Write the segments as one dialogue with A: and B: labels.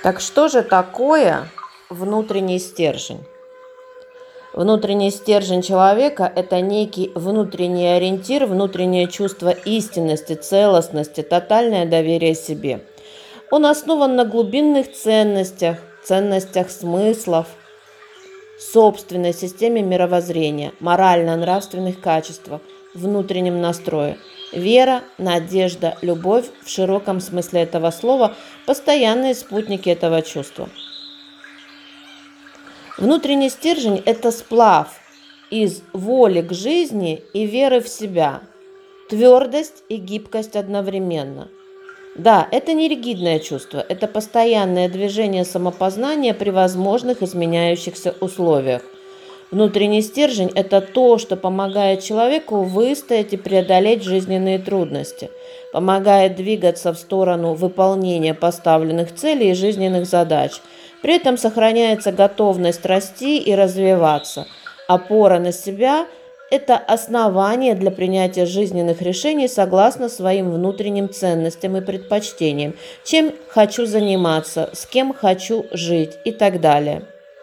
A: Так что же такое внутренний стержень? Внутренний стержень человека – это некий внутренний ориентир, внутреннее чувство истинности, целостности, тотальное доверие себе. Он основан на глубинных ценностях, ценностях смыслов, собственной системе мировоззрения, морально-нравственных качествах, внутреннем настрое. Вера, надежда, любовь в широком смысле этого слова – постоянные спутники этого чувства. Внутренний стержень – это сплав из воли к жизни и веры в себя, твердость и гибкость одновременно. Да, это не ригидное чувство, это постоянное движение самопознания при возможных изменяющихся условиях. Внутренний стержень – это то, что помогает человеку выстоять и преодолеть жизненные трудности, помогает двигаться в сторону выполнения поставленных целей и жизненных задач. При этом сохраняется готовность расти и развиваться. Опора на себя – это основание для принятия жизненных решений согласно своим внутренним ценностям и предпочтениям, чем хочу заниматься, с кем хочу жить и так далее.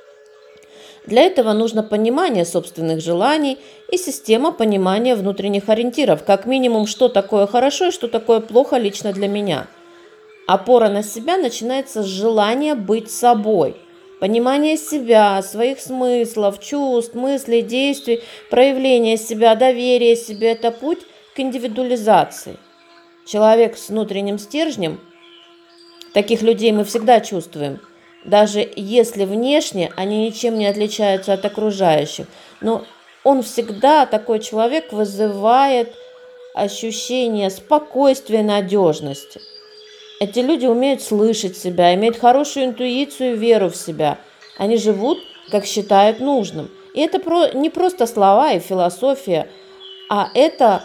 A: Для этого нужно понимание собственных желаний и система понимания внутренних ориентиров, как минимум, что такое хорошо и что такое плохо лично для меня. Опора на себя начинается с желания быть собой, понимание себя, своих смыслов, чувств, мыслей, действий, проявление себя, доверие себе – это путь к индивидуализации. Человек с внутренним стержнем, таких людей мы всегда чувствуем, даже если внешне они ничем не отличаются от окружающих, но он всегда, такой человек, вызывает ощущение спокойствия и надежности. Эти люди умеют слышать себя, имеют хорошую интуицию и веру в себя. Они живут, как считают нужным. И это не просто слова и философия, а это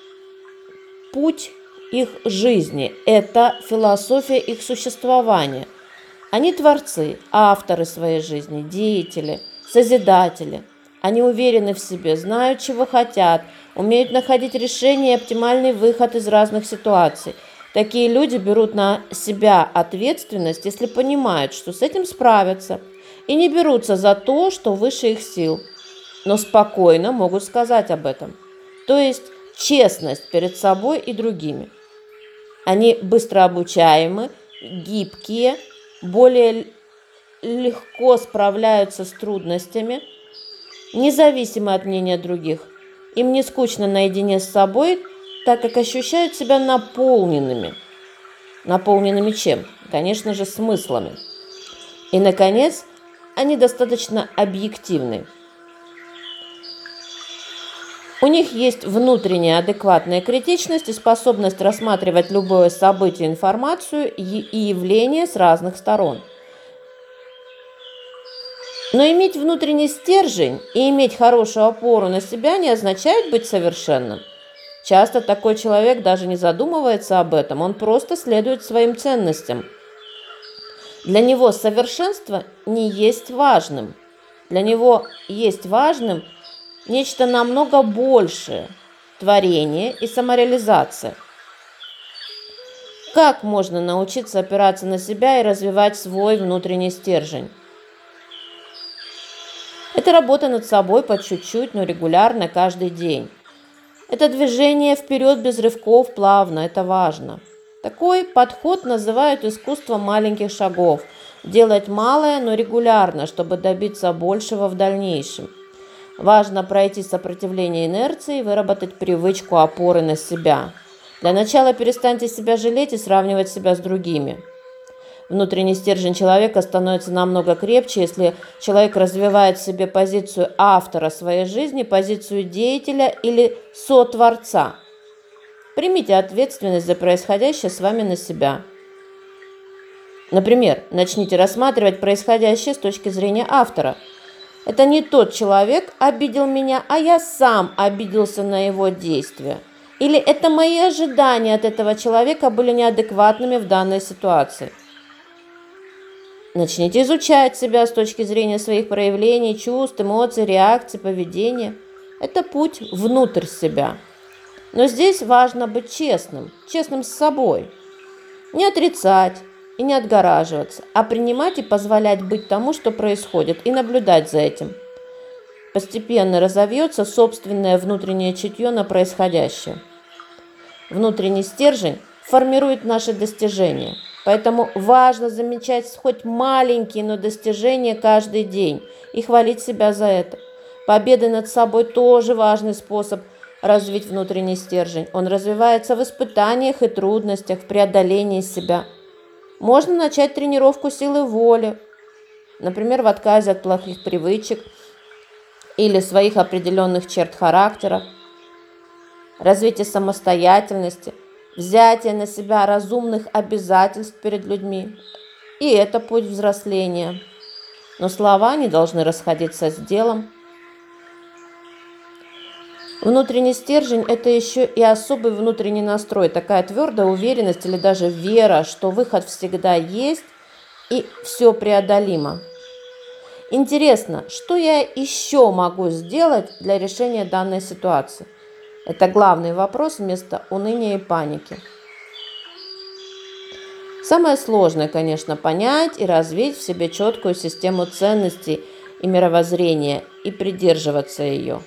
A: путь их жизни, это философия их существования. Они творцы, авторы своей жизни, деятели, созидатели. Они уверены в себе, знают, чего хотят, умеют находить решения и оптимальный выход из разных ситуаций. Такие люди берут на себя ответственность, если понимают, что с этим справятся, и не берутся за то, что выше их сил, но спокойно могут сказать об этом. То есть честность перед собой и другими. Они быстро обучаемы, гибкие, более легко справляются с трудностями, независимо от мнения других. Им не скучно наедине с собой, так как ощущают себя наполненными. Наполненными чем? Конечно же, смыслами. И, наконец, они достаточно объективны. У них есть внутренняя адекватная критичность и способность рассматривать любое событие, информацию и явление с разных сторон. Но иметь внутренний стержень и иметь хорошую опору на себя не означает быть совершенным. Часто такой человек даже не задумывается об этом, он просто следует своим ценностям. Для него совершенство не есть важным. Для него есть важным нечто намного большее – творение и самореализация. Как можно научиться опираться на себя и развивать свой внутренний стержень? Это работа над собой по чуть-чуть, но регулярно, каждый день. Это движение вперед без рывков, плавно, это важно. Такой подход называют искусством маленьких шагов. Делать малое, но регулярно, чтобы добиться большего в дальнейшем. Важно пройти сопротивление инерции и выработать привычку опоры на себя. Для начала перестаньте себя жалеть и сравнивать себя с другими. Внутренний стержень человека становится намного крепче, если человек развивает в себе позицию автора своей жизни, позицию деятеля или сотворца. Примите ответственность за происходящее с вами на себя. Например, начните рассматривать происходящее с точки зрения автора. Это не тот человек обидел меня, а я сам обиделся на его действия. Или это мои ожидания от этого человека были неадекватными в данной ситуации. Начните изучать себя с точки зрения своих проявлений, чувств, эмоций, реакций, поведения. Это путь внутрь себя. Но здесь важно быть честным с собой. Не отрицать, и не отгораживаться, а принимать и позволять быть тому, что происходит, и наблюдать за этим. Постепенно разовьется собственное внутреннее чутье на происходящее. Внутренний стержень формирует наши достижения, поэтому важно замечать хоть маленькие, но достижения каждый день и хвалить себя за это. Победа над собой тоже важный способ развить внутренний стержень. Он развивается в испытаниях и трудностях, в преодолении себя. Можно начать тренировку силы воли, например, в отказе от плохих привычек или своих определенных черт характера, развитие самостоятельности, взятие на себя разумных обязательств перед людьми. И это путь взросления. Но слова не должны расходиться с делом. Внутренний стержень – это еще и особый внутренний настрой, такая твердая уверенность или даже вера, что выход всегда есть и все преодолимо. Интересно, что я еще могу сделать для решения данной ситуации? Это главный вопрос вместо уныния и паники. Самое сложное, конечно, понять и развить в себе четкую систему ценностей и мировоззрения и придерживаться ее.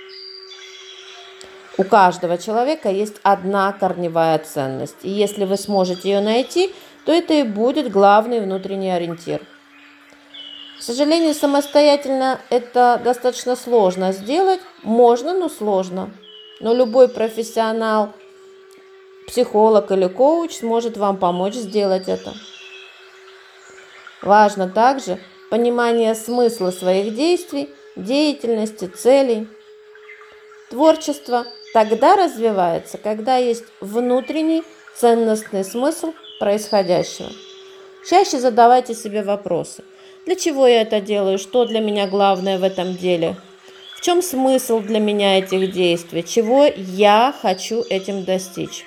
A: У каждого человека есть одна корневая ценность, и если вы сможете ее найти, то это и будет главный внутренний ориентир. К сожалению, самостоятельно это достаточно сложно сделать. Можно, но сложно. Но любой профессионал, психолог или коуч сможет вам помочь сделать это. Важно также понимание смысла своих действий, деятельности, целей. Творчество тогда развивается, когда есть внутренний ценностный смысл происходящего. Чаще задавайте себе вопросы. Для чего я это делаю? Что для меня главное в этом деле? В чем смысл для меня этих действий? Чего я хочу этим достичь?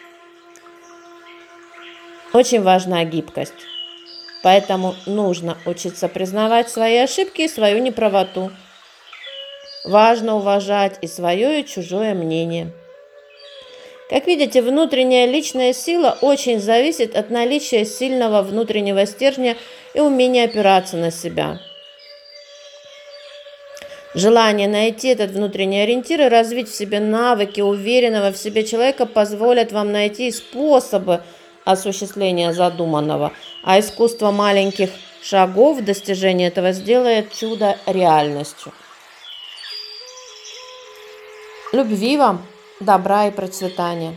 A: Очень важна гибкость. Поэтому нужно учиться признавать свои ошибки и свою неправоту. Важно уважать и свое, и чужое мнение. Как видите, внутренняя личная сила очень зависит от наличия сильного внутреннего стержня и умения опираться на себя. Желание найти этот внутренний ориентир и развить в себе навыки уверенного в себе человека позволят вам найти способы осуществления задуманного, а искусство маленьких шагов в достижении этого сделает чудо реальностью. Любви вам, добра и процветания.